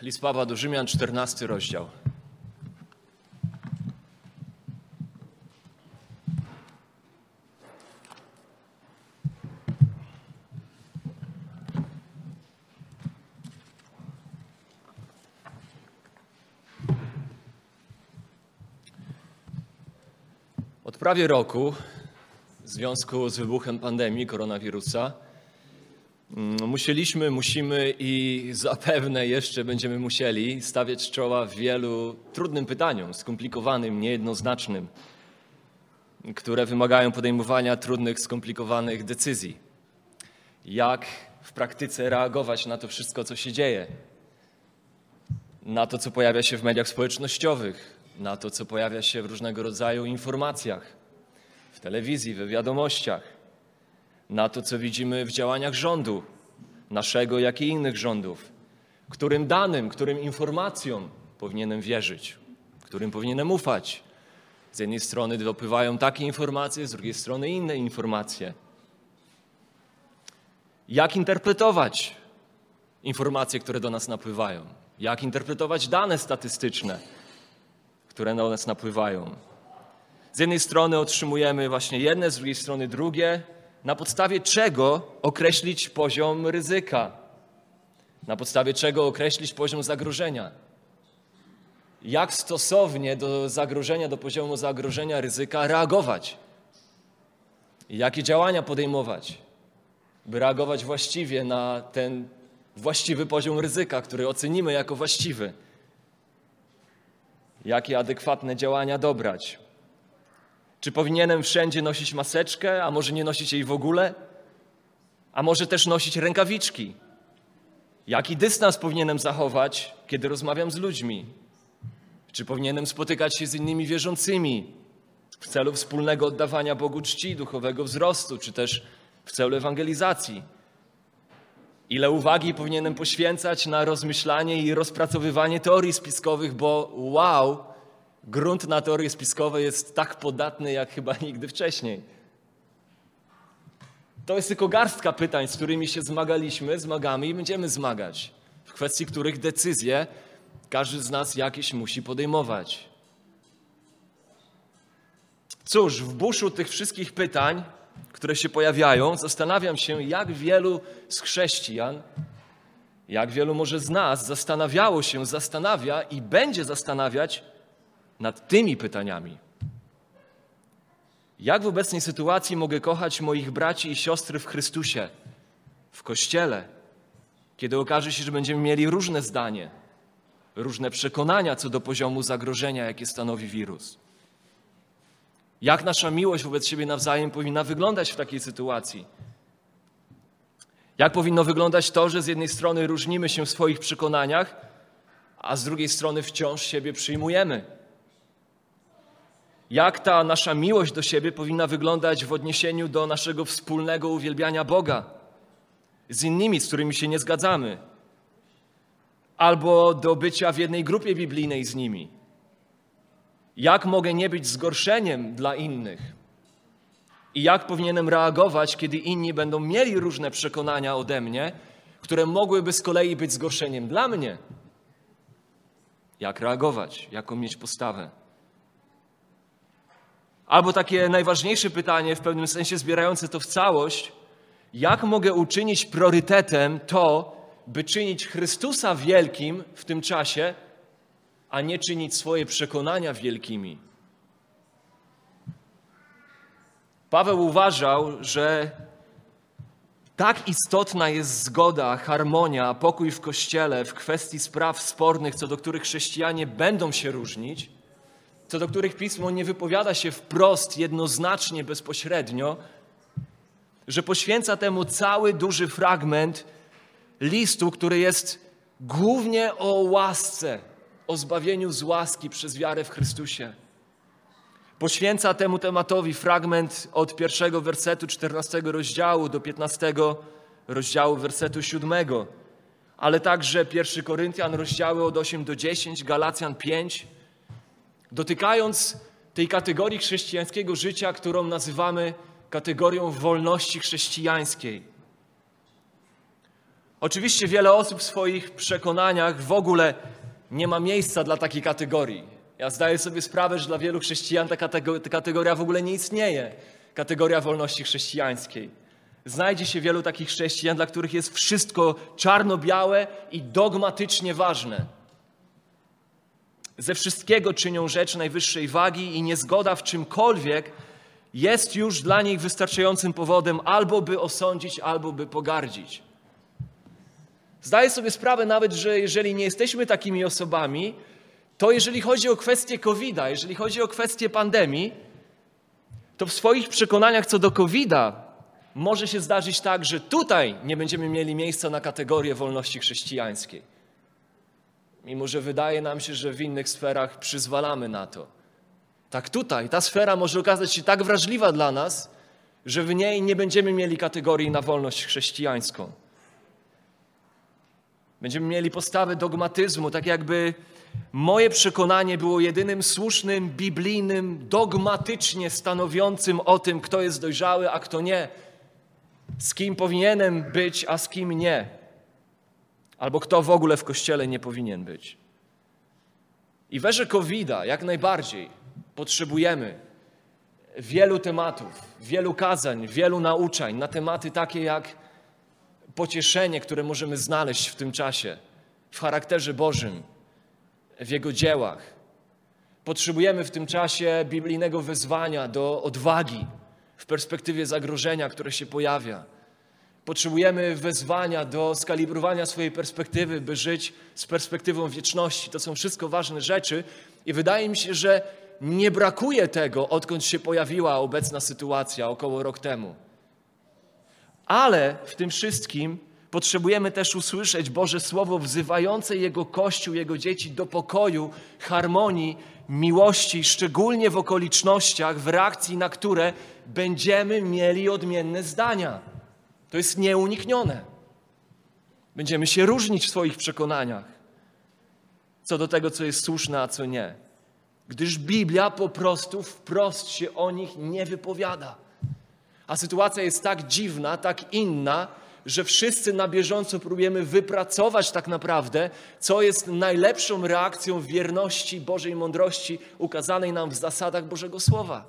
List Pawła do Rzymian, 14 rozdział. Od prawie roku, w związku z wybuchem pandemii koronawirusa, musimy i zapewne jeszcze będziemy musieli stawiać czoła wielu trudnym pytaniom, skomplikowanym, niejednoznacznym, które wymagają podejmowania trudnych, skomplikowanych decyzji. Jak w praktyce reagować na to wszystko, co się dzieje, na to, co pojawia się w mediach społecznościowych, na to, co pojawia się w różnego rodzaju informacjach, w telewizji, we wiadomościach, na to, co widzimy w działaniach rządu, naszego, jak i innych rządów, którym danym, którym informacjom powinienem wierzyć, którym powinienem ufać. Z jednej strony dopływają takie informacje, z drugiej strony inne informacje. Jak interpretować informacje, które do nas napływają? Jak interpretować dane statystyczne, które do nas napływają? Z jednej strony otrzymujemy właśnie jedne, z drugiej strony drugie. Na podstawie czego określić poziom ryzyka? Na podstawie czego określić poziom zagrożenia? Jak stosownie do zagrożenia, do poziomu zagrożenia, ryzyka reagować? Jakie działania podejmować, by reagować właściwie na ten właściwy poziom ryzyka, który ocenimy jako właściwy? Jakie adekwatne działania dobrać? Czy powinienem wszędzie nosić maseczkę, a może nie nosić jej w ogóle? A może też nosić rękawiczki? Jaki dystans powinienem zachować, kiedy rozmawiam z ludźmi? Czy powinienem spotykać się z innymi wierzącymi w celu wspólnego oddawania Bogu czci, duchowego wzrostu, czy też w celu ewangelizacji? Ile uwagi powinienem poświęcać na rozmyślanie i rozpracowywanie teorii spiskowych, bo grunt na teorie spiskowe jest tak podatny, jak chyba nigdy wcześniej. To jest tylko garstka pytań, z którymi się zmagamy i będziemy zmagać, w kwestii których decyzje każdy z nas jakieś musi podejmować. Cóż, w buszu tych wszystkich pytań, które się pojawiają, zastanawiam się, jak wielu z chrześcijan, jak wielu może z nas zastanawia i będzie zastanawiać nad tymi pytaniami. Jak w obecnej sytuacji mogę kochać moich braci i siostry w Chrystusie, w Kościele, kiedy okaże się, że będziemy mieli różne zdanie, różne przekonania co do poziomu zagrożenia, jakie stanowi wirus? Jak nasza miłość wobec siebie nawzajem powinna wyglądać w takiej sytuacji? Jak powinno wyglądać to, że z jednej strony różnimy się w swoich przekonaniach, a z drugiej strony wciąż siebie przyjmujemy? Jak ta nasza miłość do siebie powinna wyglądać w odniesieniu do naszego wspólnego uwielbiania Boga z innymi, z którymi się nie zgadzamy, albo do bycia w jednej grupie biblijnej z nimi? Jak mogę nie być zgorszeniem dla innych? I jak powinienem reagować, kiedy inni będą mieli różne przekonania ode mnie, które mogłyby z kolei być zgorszeniem dla mnie? Jak reagować? Jaką mieć postawę? Albo takie najważniejsze pytanie, w pewnym sensie zbierające to w całość: jak mogę uczynić priorytetem to, by czynić Chrystusa wielkim w tym czasie, a nie czynić swoje przekonania wielkimi? Paweł uważał, że tak istotna jest zgoda, harmonia, pokój w Kościele w kwestii spraw spornych, co do których chrześcijanie będą się różnić, co do których Pismo nie wypowiada się wprost, jednoznacznie, bezpośrednio, że poświęca temu cały duży fragment listu, który jest głównie o łasce, o zbawieniu z łaski przez wiarę w Chrystusie. Poświęca temu tematowi fragment od 1 wersetu 14 rozdziału do 15 rozdziału wersetu 7, ale także 1 Koryntian rozdziały od 8 do 10, Galacjan 5, dotykając tej kategorii chrześcijańskiego życia, którą nazywamy kategorią wolności chrześcijańskiej. Oczywiście wiele osób w swoich przekonaniach w ogóle nie ma miejsca dla takiej kategorii. Ja zdaję sobie sprawę, że dla wielu chrześcijan ta kategoria w ogóle nie istnieje. Kategoria wolności chrześcijańskiej. Znajdzie się wielu takich chrześcijan, dla których jest wszystko czarno-białe i dogmatycznie ważne. Ze wszystkiego czynią rzecz najwyższej wagi i niezgoda w czymkolwiek jest już dla nich wystarczającym powodem albo by osądzić, albo by pogardzić. Zdaję sobie sprawę nawet, że jeżeli nie jesteśmy takimi osobami, to jeżeli chodzi o kwestię COVID-a, jeżeli chodzi o kwestię pandemii, to w swoich przekonaniach co do COVID-a może się zdarzyć tak, że tutaj nie będziemy mieli miejsca na kategorię wolności chrześcijańskiej. Mimo że wydaje nam się, że w innych sferach przyzwalamy na to. Tak tutaj, ta sfera może okazać się tak wrażliwa dla nas, że w niej nie będziemy mieli kategorii na wolność chrześcijańską. Będziemy mieli postawę dogmatyzmu, tak jakby moje przekonanie było jedynym słusznym, biblijnym, dogmatycznie stanowiącym o tym, kto jest dojrzały, a kto nie. Z kim powinienem być, a z kim nie. Albo kto w ogóle w Kościele nie powinien być. I w erze COVID-a jak najbardziej potrzebujemy wielu tematów, wielu kazań, wielu nauczań na tematy takie jak pocieszenie, które możemy znaleźć w tym czasie, w charakterze Bożym, w Jego dziełach. Potrzebujemy w tym czasie biblijnego wezwania do odwagi w perspektywie zagrożenia, które się pojawia. Potrzebujemy wezwania do skalibrowania swojej perspektywy, by żyć z perspektywą wieczności. To są wszystko ważne rzeczy i wydaje mi się, że nie brakuje tego, odkąd się pojawiła obecna sytuacja około rok temu. Ale w tym wszystkim potrzebujemy też usłyszeć Boże Słowo wzywające Jego Kościół, Jego dzieci do pokoju, harmonii, miłości, szczególnie w okolicznościach, w reakcji na które będziemy mieli odmienne zdania. To jest nieuniknione. Będziemy się różnić w swoich przekonaniach co do tego, co jest słuszne, a co nie. Gdyż Biblia po prostu wprost się o nich nie wypowiada. A sytuacja jest tak dziwna, tak inna, że wszyscy na bieżąco próbujemy wypracować tak naprawdę, co jest najlepszą reakcją wierności Bożej mądrości ukazanej nam w zasadach Bożego Słowa.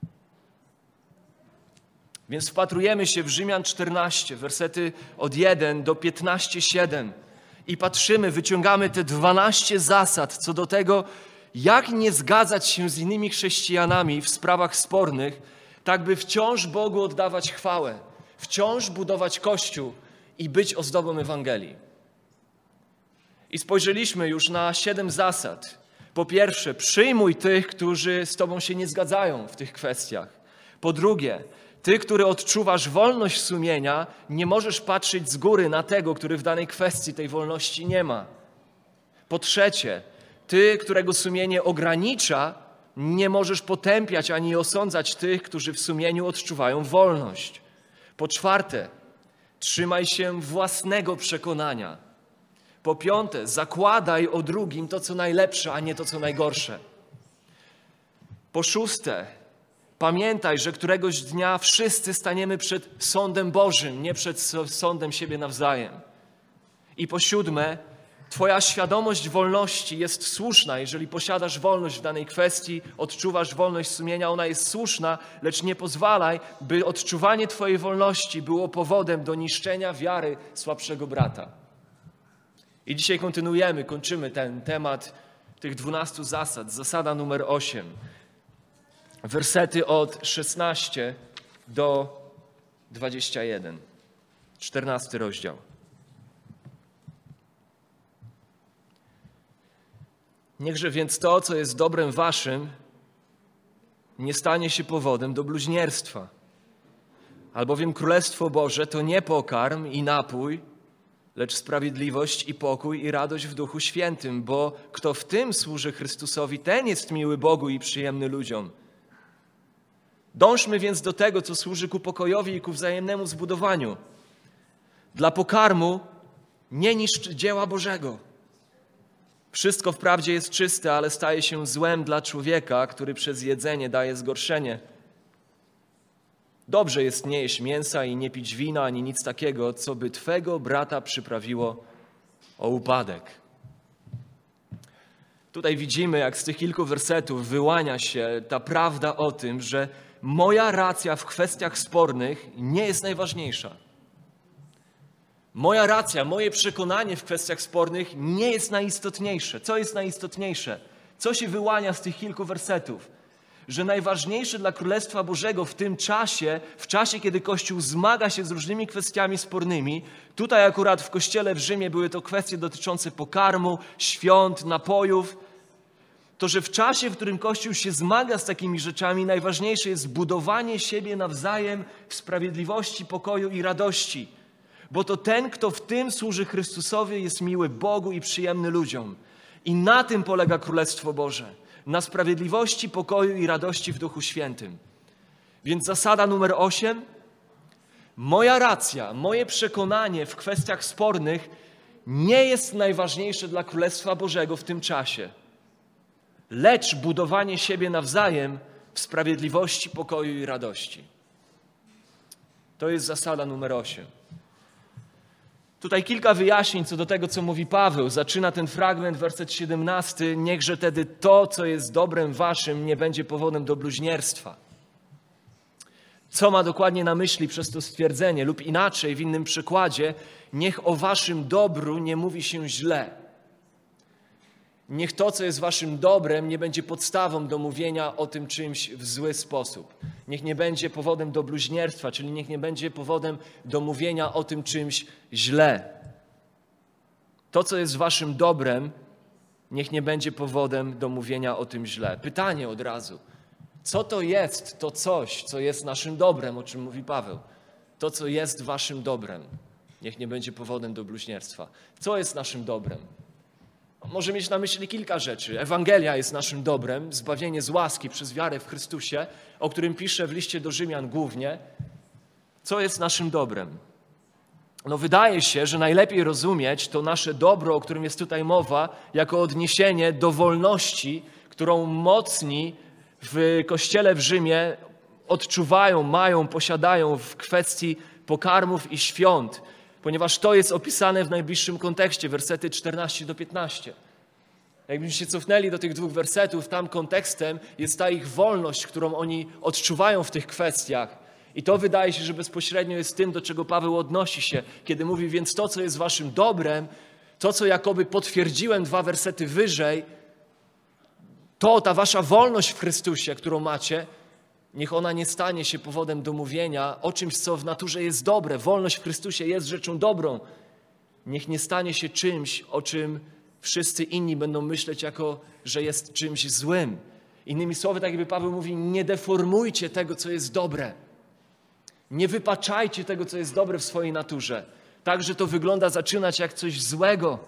Więc wpatrujemy się w Rzymian 14, wersety od 1 do 15:7 i patrzymy, wyciągamy te 12 zasad co do tego, jak nie zgadzać się z innymi chrześcijanami w sprawach spornych, tak by wciąż Bogu oddawać chwałę, wciąż budować Kościół i być ozdobą Ewangelii. I spojrzeliśmy już na 7 zasad. Po pierwsze, przyjmuj tych, którzy z Tobą się nie zgadzają w tych kwestiach. Po drugie, Ty, który odczuwasz wolność sumienia, nie możesz patrzeć z góry na tego, który w danej kwestii tej wolności nie ma. Po trzecie, Ty, którego sumienie ogranicza, nie możesz potępiać ani osądzać tych, którzy w sumieniu odczuwają wolność. Po czwarte, trzymaj się własnego przekonania. Po piąte, zakładaj o drugim to, co najlepsze, a nie to, co najgorsze. Po szóste, pamiętaj, że któregoś dnia wszyscy staniemy przed sądem Bożym, nie przed sądem siebie nawzajem. I po siódme, Twoja świadomość wolności jest słuszna, jeżeli posiadasz wolność w danej kwestii, odczuwasz wolność sumienia, ona jest słuszna, lecz nie pozwalaj, by odczuwanie Twojej wolności było powodem do niszczenia wiary słabszego brata. I dzisiaj kończymy ten temat tych 12 zasad. Zasada numer 8. Wersety od 16 do 21. 14 rozdział. Niechże więc to, co jest dobrem waszym, nie stanie się powodem do bluźnierstwa. Albowiem Królestwo Boże to nie pokarm i napój, lecz sprawiedliwość i pokój i radość w Duchu Świętym, bo kto w tym służy Chrystusowi, ten jest miły Bogu i przyjemny ludziom. Dążmy więc do tego, co służy ku pokojowi i ku wzajemnemu zbudowaniu. Dla pokarmu nie niszcz dzieła Bożego. Wszystko wprawdzie jest czyste, ale staje się złem dla człowieka, który przez jedzenie daje zgorszenie. Dobrze jest nie jeść mięsa i nie pić wina, ani nic takiego, co by twego brata przyprawiło o upadek. Tutaj widzimy, jak z tych kilku wersetów wyłania się ta prawda o tym, że moja racja w kwestiach spornych nie jest najważniejsza. Moja racja, moje przekonanie w kwestiach spornych nie jest najistotniejsze. Co jest najistotniejsze? Co się wyłania z tych kilku wersetów? Że najważniejsze dla Królestwa Bożego w tym czasie, w czasie, kiedy Kościół zmaga się z różnymi kwestiami spornymi, tutaj akurat w Kościele w Rzymie były to kwestie dotyczące pokarmu, świąt, napojów, to że w czasie, w którym Kościół się zmaga z takimi rzeczami, najważniejsze jest budowanie siebie nawzajem w sprawiedliwości, pokoju i radości. Bo to ten, kto w tym służy Chrystusowi, jest miły Bogu i przyjemny ludziom. I na tym polega Królestwo Boże. Na sprawiedliwości, pokoju i radości w Duchu Świętym. Więc zasada numer 8. Moja racja, moje przekonanie w kwestiach spornych nie jest najważniejsze dla Królestwa Bożego w tym czasie, lecz budowanie siebie nawzajem w sprawiedliwości, pokoju i radości. To jest zasada numer 8. Tutaj kilka wyjaśnień co do tego, co mówi Paweł. Zaczyna ten fragment, werset 17. Niechże tedy to, co jest dobrem waszym, nie będzie powodem do bluźnierstwa. Co ma dokładnie na myśli przez to stwierdzenie? Lub inaczej, w innym przykładzie, niech o waszym dobru nie mówi się źle. Niech to, co jest waszym dobrem, nie będzie podstawą do mówienia o tym czymś w zły sposób. Niech nie będzie powodem do bluźnierstwa, czyli niech nie będzie powodem do mówienia o tym czymś źle. To, co jest waszym dobrem, niech nie będzie powodem do mówienia o tym źle. Pytanie od razu. Co to jest to coś, co jest naszym dobrem, o czym mówi Paweł? To, co jest waszym dobrem, niech nie będzie powodem do bluźnierstwa. Co jest naszym dobrem? Może mieć na myśli kilka rzeczy. Ewangelia jest naszym dobrem, zbawienie z łaski przez wiarę w Chrystusie, o którym pisze w liście do Rzymian głównie. Co jest naszym dobrem? Wydaje się, że najlepiej rozumieć to nasze dobro, o którym jest tutaj mowa, jako odniesienie do wolności, którą mocni w Kościele w Rzymie odczuwają, mają, posiadają w kwestii pokarmów i świąt, ponieważ to jest opisane w najbliższym kontekście, wersety 14 do 15. Jakbyśmy się cofnęli do tych dwóch wersetów, tam kontekstem jest ta ich wolność, którą oni odczuwają w tych kwestiach. I to wydaje się, że bezpośrednio jest tym, do czego Paweł odnosi się, kiedy mówi, więc to, co jest waszym dobrem, to, co jakoby potwierdziłem 2 wersety wyżej, ta wasza wolność w Chrystusie, którą macie, niech ona nie stanie się powodem do mówienia o czymś, co w naturze jest dobre. Wolność w Chrystusie jest rzeczą dobrą. Niech nie stanie się czymś, o czym wszyscy inni będą myśleć, jako że jest czymś złym. Innymi słowy, tak jakby Paweł mówi, nie deformujcie tego, co jest dobre. Nie wypaczajcie tego, co jest dobre w swojej naturze. Tak, że to wygląda zaczynać jak coś złego.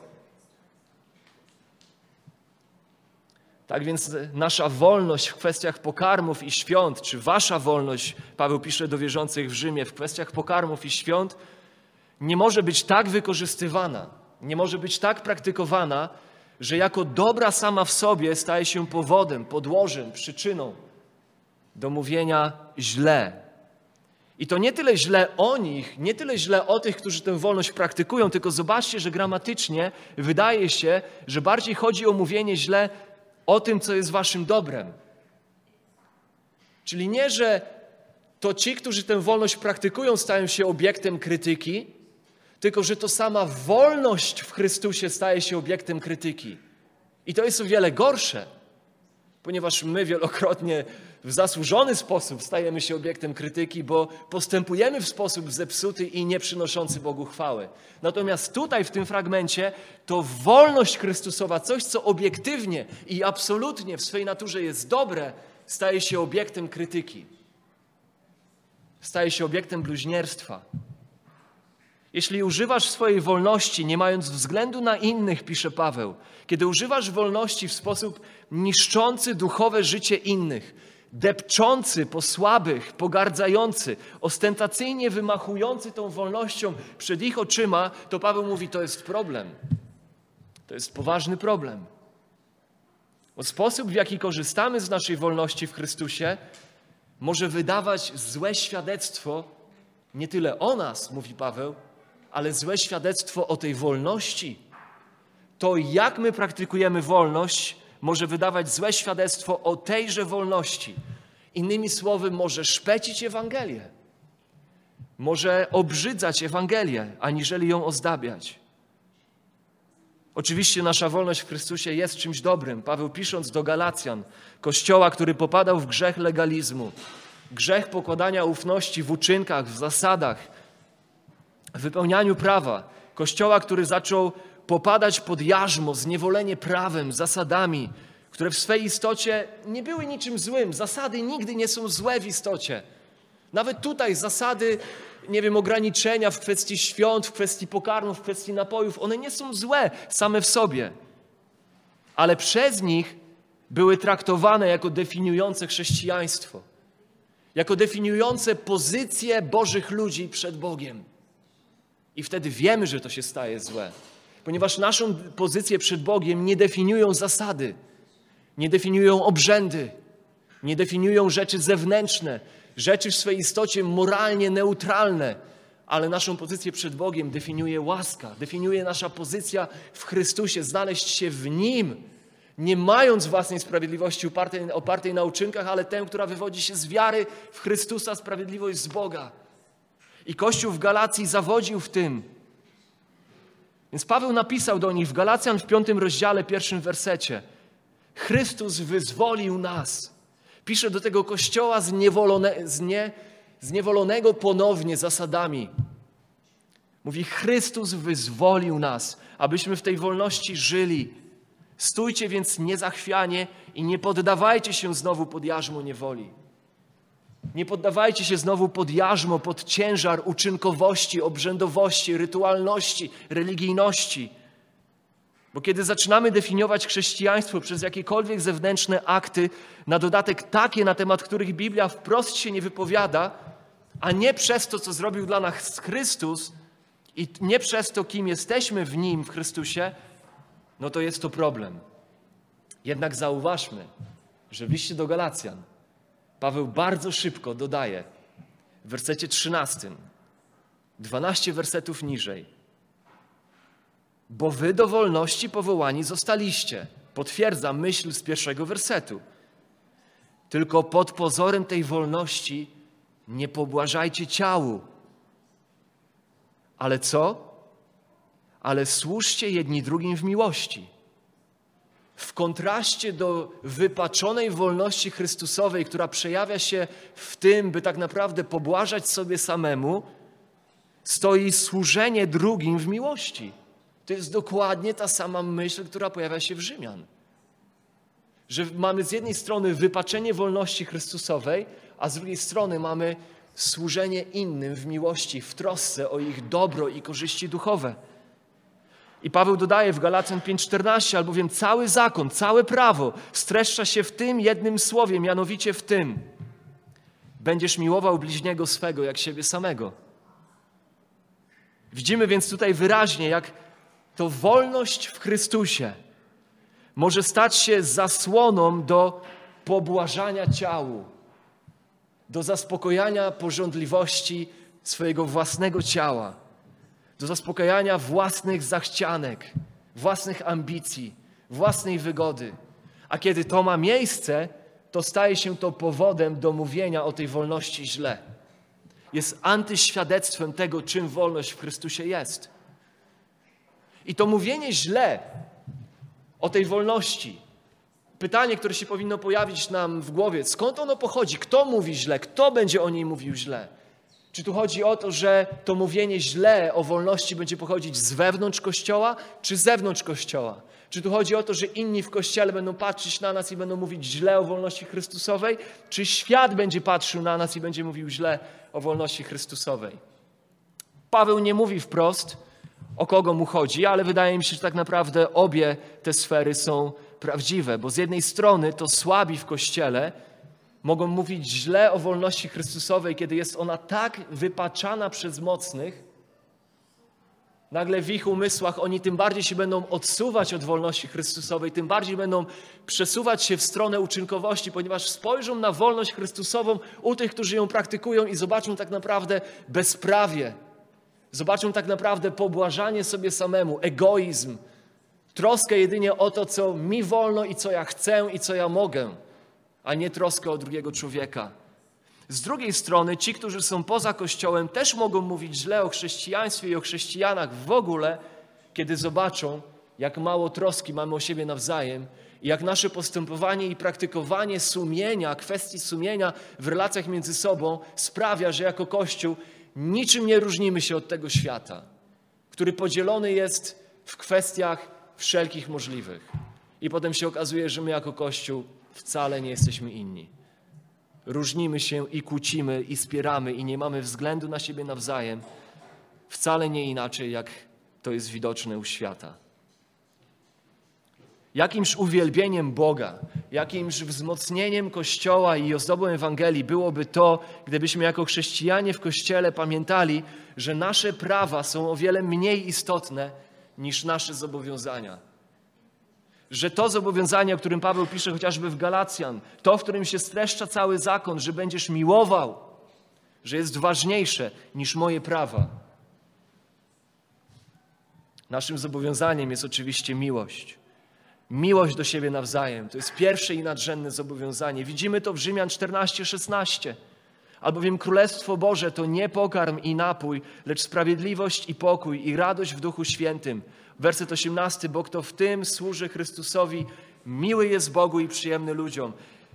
Tak więc nasza wolność w kwestiach pokarmów i świąt, czy wasza wolność, Paweł pisze do wierzących w Rzymie, w kwestiach pokarmów i świąt, nie może być tak wykorzystywana, nie może być tak praktykowana, że jako dobra sama w sobie staje się powodem, podłożem, przyczyną do mówienia źle. I to nie tyle źle o nich, nie tyle źle o tych, którzy tę wolność praktykują, tylko zobaczcie, że gramatycznie wydaje się, że bardziej chodzi o mówienie źle o tym, co jest waszym dobrem. Czyli nie, że to ci, którzy tę wolność praktykują, stają się obiektem krytyki, tylko że to sama wolność w Chrystusie staje się obiektem krytyki. I to jest o wiele gorsze, ponieważ my wielokrotnie w zasłużony sposób stajemy się obiektem krytyki, bo postępujemy w sposób zepsuty i nie przynoszący Bogu chwały. Natomiast tutaj w tym fragmencie to wolność Chrystusowa, coś co obiektywnie i absolutnie w swej naturze jest dobre, staje się obiektem krytyki. Staje się obiektem bluźnierstwa. Jeśli używasz swojej wolności, nie mając względu na innych, pisze Paweł, kiedy używasz wolności w sposób niszczący duchowe życie innych, depczący po słabych, pogardzający, ostentacyjnie wymachujący tą wolnością przed ich oczyma, to Paweł mówi, to jest problem. To jest poważny problem. Bo sposób, w jaki korzystamy z naszej wolności w Chrystusie, może wydawać złe świadectwo nie tyle o nas, mówi Paweł, ale złe świadectwo o tej wolności. To, jak my praktykujemy wolność, może wydawać złe świadectwo o tejże wolności. Innymi słowy, może szpecić Ewangelię. Może obrzydzać Ewangelię, aniżeli ją ozdabiać. Oczywiście nasza wolność w Chrystusie jest czymś dobrym. Paweł, pisząc do Galacjan, kościoła, który popadał w grzech legalizmu, grzech pokładania ufności w uczynkach, w zasadach, w wypełnianiu prawa, kościoła, który zaczął popadać pod jarzmo, zniewolenie prawem, zasadami, które w swej istocie nie były niczym złym. Zasady nigdy nie są złe w istocie. Nawet tutaj zasady, ograniczenia w kwestii świąt, w kwestii pokarmów, w kwestii napojów, one nie są złe same w sobie. Ale przez nich były traktowane jako definiujące chrześcijaństwo, jako definiujące pozycję Bożych ludzi przed Bogiem. I wtedy wiemy, że to się staje złe, ponieważ naszą pozycję przed Bogiem nie definiują zasady, nie definiują obrzędy, nie definiują rzeczy zewnętrzne, rzeczy w swej istocie moralnie neutralne, ale naszą pozycję przed Bogiem definiuje łaska, definiuje nasza pozycja w Chrystusie, znaleźć się w Nim, nie mając własnej sprawiedliwości opartej na uczynkach, ale tę, która wywodzi się z wiary w Chrystusa, sprawiedliwość z Boga. I Kościół w Galacji zawodził w tym. Więc Paweł napisał do nich w Galacjan w 5 rozdziale, 1 wersecie: Chrystus wyzwolił nas. Pisze do tego Kościoła zniewolonego ponownie zasadami. Mówi, Chrystus wyzwolił nas, abyśmy w tej wolności żyli. Stójcie więc niezachwianie i nie poddawajcie się znowu pod jarzmo niewoli. Nie poddawajcie się znowu pod jarzmo, pod ciężar uczynkowości, obrzędowości, rytualności, religijności. Bo kiedy zaczynamy definiować chrześcijaństwo przez jakiekolwiek zewnętrzne akty, na dodatek takie, na temat których Biblia wprost się nie wypowiada, a nie przez to, co zrobił dla nas Chrystus i nie przez to, kim jesteśmy w Nim, w Chrystusie, no to jest to problem. Jednak zauważmy, że w liście do Galacjan Paweł bardzo szybko dodaje w wersecie 13, 12 wersetów niżej: bo wy do wolności powołani zostaliście. Potwierdza myśl z 1 wersetu. Tylko pod pozorem tej wolności nie pobłażajcie ciału. Ale co? Ale służcie jedni drugim w miłości. W kontraście do wypaczonej wolności Chrystusowej, która przejawia się w tym, by tak naprawdę pobłażać sobie samemu, stoi służenie drugim w miłości. To jest dokładnie ta sama myśl, która pojawia się w Rzymian. Że mamy z jednej strony wypaczenie wolności Chrystusowej, a z drugiej strony mamy służenie innym w miłości, w trosce o ich dobro i korzyści duchowe. I Paweł dodaje w Galacjan 5:14, albowiem cały zakon, całe prawo streszcza się w tym jednym słowie, mianowicie w tym: będziesz miłował bliźniego swego jak siebie samego. Widzimy więc tutaj wyraźnie, jak to wolność w Chrystusie może stać się zasłoną do pobłażania ciału, do zaspokojania pożądliwości swojego własnego ciała, do zaspokajania własnych zachcianek, własnych ambicji, własnej wygody. A kiedy to ma miejsce, to staje się to powodem do mówienia o tej wolności źle. Jest antyświadectwem tego, czym wolność w Chrystusie jest. I to mówienie źle o tej wolności, pytanie, które się powinno pojawić nam w głowie, skąd ono pochodzi? Kto mówi źle? Kto będzie o niej mówił źle? Czy tu chodzi o to, że to mówienie źle o wolności będzie pochodzić z wewnątrz Kościoła, czy z zewnątrz Kościoła? Czy tu chodzi o to, że inni w Kościele będą patrzeć na nas i będą mówić źle o wolności Chrystusowej, czy świat będzie patrzył na nas i będzie mówił źle o wolności Chrystusowej? Paweł nie mówi wprost, o kogo mu chodzi, ale wydaje mi się, że tak naprawdę obie te sfery są prawdziwe, bo z jednej strony to słabi w Kościele mogą mówić źle o wolności Chrystusowej, kiedy jest ona tak wypaczana przez mocnych, nagle w ich umysłach oni tym bardziej się będą odsuwać od wolności Chrystusowej, tym bardziej będą przesuwać się w stronę uczynkowości, ponieważ spojrzą na wolność Chrystusową u tych, którzy ją praktykują i zobaczą tak naprawdę bezprawie. Zobaczą tak naprawdę pobłażanie sobie samemu, egoizm, troskę jedynie o to, co mi wolno i co ja chcę i co ja mogę, a nie troskę o drugiego człowieka. Z drugiej strony ci, którzy są poza Kościołem, też mogą mówić źle o chrześcijaństwie i o chrześcijanach w ogóle, kiedy zobaczą, jak mało troski mamy o siebie nawzajem i jak nasze postępowanie i praktykowanie sumienia, kwestii sumienia w relacjach między sobą sprawia, że jako Kościół niczym nie różnimy się od tego świata, który podzielony jest w kwestiach wszelkich możliwych. I potem się okazuje, że my jako Kościół wcale nie jesteśmy inni. Różnimy się i kłócimy i spieramy i nie mamy względu na siebie nawzajem, wcale nie inaczej, jak to jest widoczne u świata. Jakimż uwielbieniem Boga, jakimż wzmocnieniem Kościoła i ozdobą Ewangelii byłoby to, gdybyśmy jako chrześcijanie w Kościele pamiętali, że nasze prawa są o wiele mniej istotne niż nasze zobowiązania. Że to zobowiązanie, o którym Paweł pisze chociażby w Galacjan, to, w którym się streszcza cały zakon, że będziesz miłował, że jest ważniejsze niż moje prawa. Naszym zobowiązaniem jest oczywiście miłość. Miłość do siebie nawzajem. To jest pierwsze i nadrzędne zobowiązanie. Widzimy to w Rzymian 14:16. Albowiem Królestwo Boże to nie pokarm i napój, lecz sprawiedliwość i pokój i radość w Duchu Świętym. Werset 18. Bo kto w tym służy Chrystusowi, miły jest Bogu i przyjemny ludziom.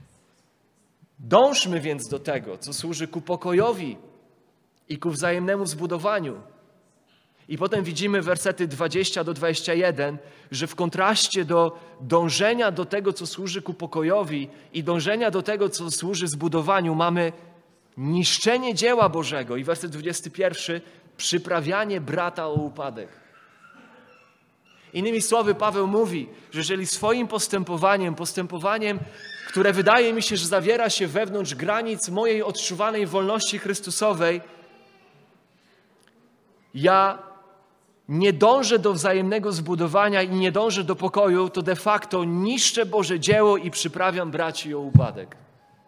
Dążmy więc do tego, co służy ku pokojowi i ku wzajemnemu zbudowaniu. I potem widzimy wersety 20 do 21, że w kontraście do dążenia do tego, co służy ku pokojowi i dążenia do tego, co służy zbudowaniu, mamy niszczenie dzieła Bożego. I werset 21, przyprawianie brata o upadek. Innymi słowy, Paweł mówi, że jeżeli swoim postępowaniem, które wydaje mi się, że zawiera się wewnątrz granic mojej odczuwanej wolności Chrystusowej, ja nie dążę do wzajemnego zbudowania i nie dążę do pokoju, to de facto niszczę Boże dzieło i przyprawiam braci o upadek.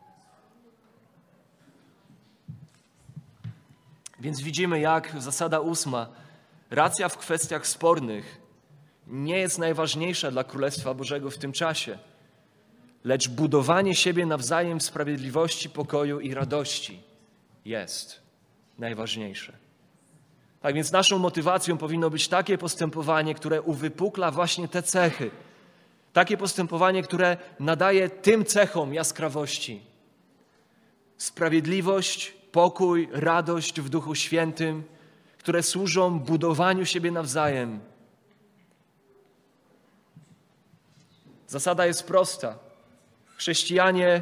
Więc widzimy, jak zasada 8, racja w kwestiach spornych nie jest najważniejsza dla Królestwa Bożego w tym czasie, lecz budowanie siebie nawzajem w sprawiedliwości, pokoju i radości jest najważniejsze. Tak więc naszą motywacją powinno być takie postępowanie, które uwypukla właśnie te cechy. Takie postępowanie, które nadaje tym cechom jaskrawości. Sprawiedliwość, pokój, radość w Duchu Świętym, które służą budowaniu siebie nawzajem. Zasada jest prosta. Chrześcijanie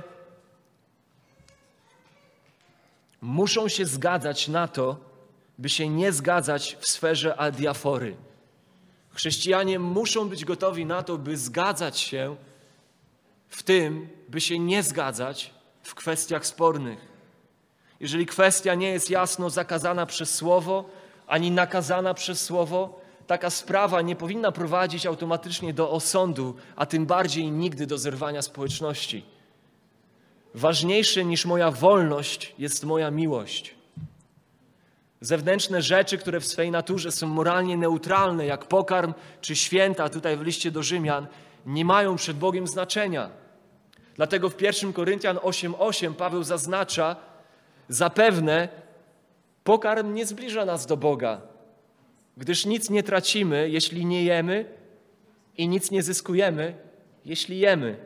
muszą się zgadzać na to, by się nie zgadzać w sferze adiafory. Chrześcijanie muszą być gotowi na to, by zgadzać się w tym, by się nie zgadzać w kwestiach spornych. Jeżeli kwestia nie jest jasno zakazana przez Słowo, ani nakazana przez Słowo, taka sprawa nie powinna prowadzić automatycznie do osądu, a tym bardziej nigdy do zerwania społeczności. Ważniejsze niż moja wolność jest moja miłość. Zewnętrzne rzeczy, które w swej naturze są moralnie neutralne, jak pokarm czy święta, tutaj w liście do Rzymian, nie mają przed Bogiem znaczenia. Dlatego w 1 Koryntian 8:8 Paweł zaznacza, zapewne pokarm nie zbliża nas do Boga, gdyż nic nie tracimy, jeśli nie jemy i nic nie zyskujemy, jeśli jemy.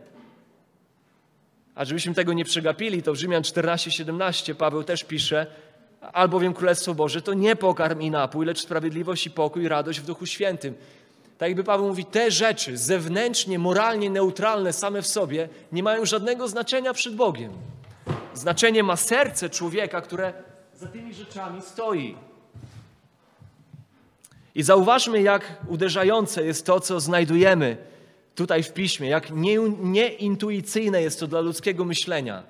A żebyśmy tego nie przegapili, to w Rzymian 14:17 Paweł też pisze, albowiem Królestwo Boże to nie pokarm i napój, lecz sprawiedliwość i pokój i radość w Duchu Świętym. Tak jakby Paweł mówi, te rzeczy zewnętrznie, moralnie neutralne same w sobie nie mają żadnego znaczenia przed Bogiem. Znaczenie ma serce człowieka, które za tymi rzeczami stoi. I zauważmy, jak uderzające jest to, co znajdujemy tutaj w Piśmie, jak nieintuicyjne jest to dla ludzkiego myślenia.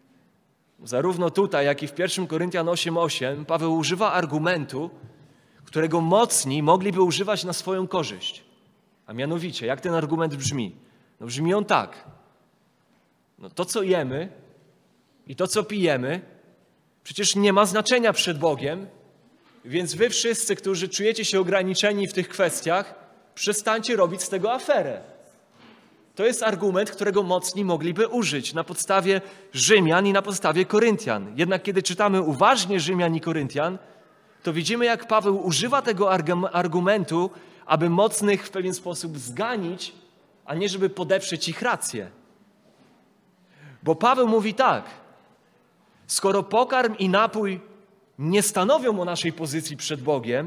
Zarówno tutaj, jak i w 1 Koryntian 8:8 Paweł używa argumentu, którego mocni mogliby używać na swoją korzyść. A mianowicie, jak ten argument brzmi? No brzmi on tak. No to, co jemy i to, co pijemy, przecież nie ma znaczenia przed Bogiem, więc wy wszyscy, którzy czujecie się ograniczeni w tych kwestiach, przestańcie robić z tego aferę. To jest argument, którego mocni mogliby użyć na podstawie Rzymian i na podstawie Koryntian. Jednak kiedy czytamy uważnie Rzymian i Koryntian, to widzimy, jak Paweł używa tego argumentu, aby mocnych w pewien sposób zganić, a nie żeby podeprzeć ich rację. Bo Paweł mówi tak, skoro pokarm i napój nie stanowią o naszej pozycji przed Bogiem,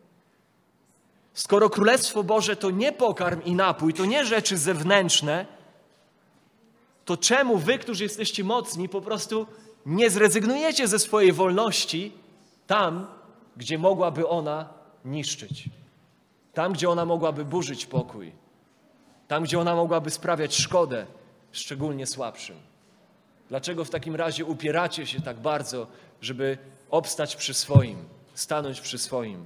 skoro Królestwo Boże to nie pokarm i napój, to nie rzeczy zewnętrzne, to czemu wy, którzy jesteście mocni, po prostu nie zrezygnujecie ze swojej wolności tam, gdzie mogłaby ona niszczyć, tam, gdzie ona mogłaby burzyć pokój, tam, gdzie ona mogłaby sprawiać szkodę, szczególnie słabszym? Dlaczego w takim razie upieracie się tak bardzo, żeby obstać przy swoim, stanąć przy swoim?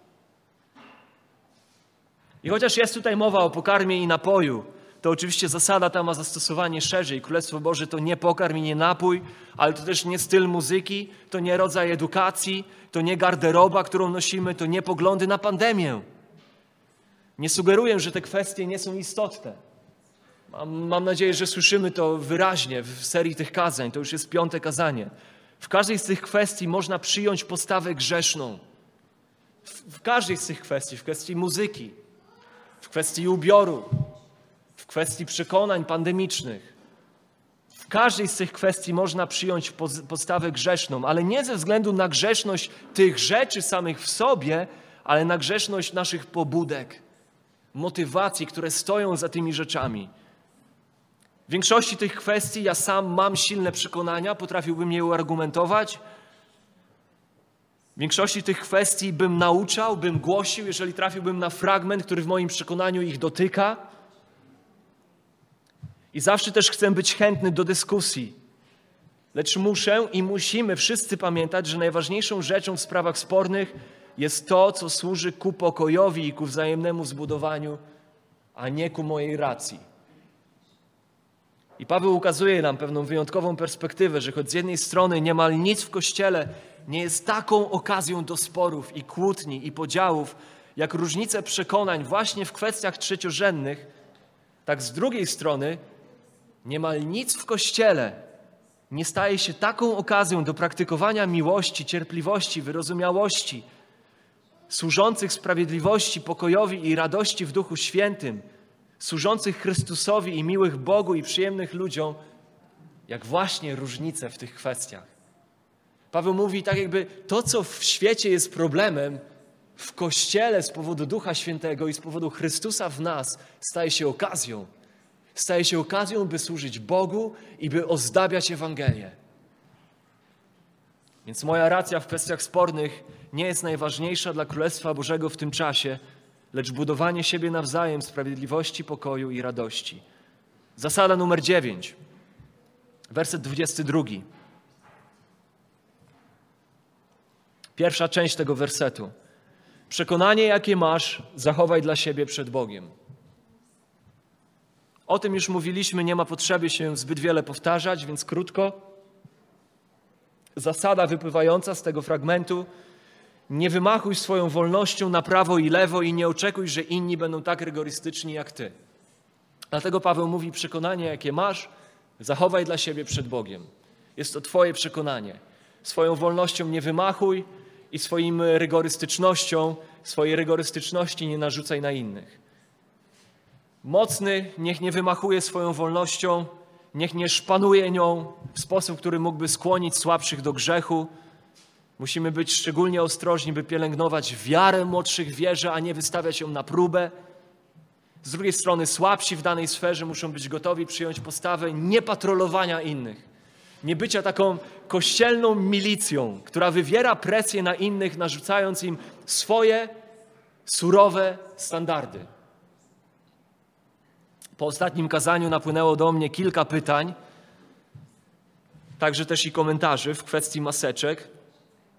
I chociaż jest tutaj mowa o pokarmie i napoju, to oczywiście zasada ta ma zastosowanie szerzej. Królestwo Boże to nie pokarm i nie napój, ale to też nie styl muzyki, to nie rodzaj edukacji, to nie garderoba, którą nosimy, to nie poglądy na pandemię. Nie sugeruję, że te kwestie nie są istotne. Mam nadzieję, że słyszymy to wyraźnie w serii tych kazań. To już jest 5. kazanie. W każdej z tych kwestii można przyjąć postawę grzeszną. W każdej z tych kwestii, w kwestii muzyki, w kwestii ubioru, w kwestii przekonań pandemicznych. W każdej z tych kwestii można przyjąć postawę grzeszną, ale nie ze względu na grzeszność tych rzeczy samych w sobie, ale na grzeszność naszych pobudek, motywacji, które stoją za tymi rzeczami. W większości tych kwestii ja sam mam silne przekonania, potrafiłbym je uargumentować. W większości tych kwestii bym nauczał, bym głosił, jeżeli trafiłbym na fragment, który w moim przekonaniu ich dotyka. I zawsze też chcę być chętny do dyskusji. Lecz muszę i musimy wszyscy pamiętać, że najważniejszą rzeczą w sprawach spornych jest to, co służy ku pokojowi i ku wzajemnemu zbudowaniu, a nie ku mojej racji. I Paweł ukazuje nam pewną wyjątkową perspektywę, że choć z jednej strony niemal nic w Kościele nie jest taką okazją do sporów i kłótni i podziałów, jak różnice przekonań właśnie w kwestiach trzeciorzędnych, tak z drugiej strony niemal nic w Kościele nie staje się taką okazją do praktykowania miłości, cierpliwości, wyrozumiałości, służących sprawiedliwości, pokojowi i radości w Duchu Świętym, służących Chrystusowi i miłych Bogu i przyjemnych ludziom, jak właśnie różnice w tych kwestiach. Paweł mówi tak jakby to, co w świecie jest problemem, w Kościele z powodu Ducha Świętego i z powodu Chrystusa w nas staje się okazją. Staje się okazją, by służyć Bogu i by ozdabiać Ewangelię. Więc moja racja w kwestiach spornych nie jest najważniejsza dla Królestwa Bożego w tym czasie, lecz budowanie siebie nawzajem sprawiedliwości, pokoju i radości. Zasada numer 9, werset 22. Pierwsza część tego wersetu. Przekonanie, jakie masz, zachowaj dla siebie przed Bogiem. O tym już mówiliśmy, nie ma potrzeby się zbyt wiele powtarzać, więc krótko. Zasada wypływająca z tego fragmentu: nie wymachuj swoją wolnością na prawo i lewo i nie oczekuj, że inni będą tak rygorystyczni jak ty. Dlatego Paweł mówi: przekonanie, jakie masz, zachowaj dla siebie przed Bogiem. Jest to twoje przekonanie. Swoją wolnością nie wymachuj i swojej rygorystyczności nie narzucaj na innych. Mocny niech nie wymachuje swoją wolnością, niech nie szpanuje nią w sposób, który mógłby skłonić słabszych do grzechu. Musimy być szczególnie ostrożni, by pielęgnować wiarę młodszych w wierze, a nie wystawiać ją na próbę. Z drugiej strony słabsi w danej sferze muszą być gotowi przyjąć postawę niepatrolowania innych. Nie bycia taką kościelną milicją, która wywiera presję na innych, narzucając im swoje surowe standardy. Po ostatnim kazaniu napłynęło do mnie kilka pytań, także też i komentarzy w kwestii maseczek.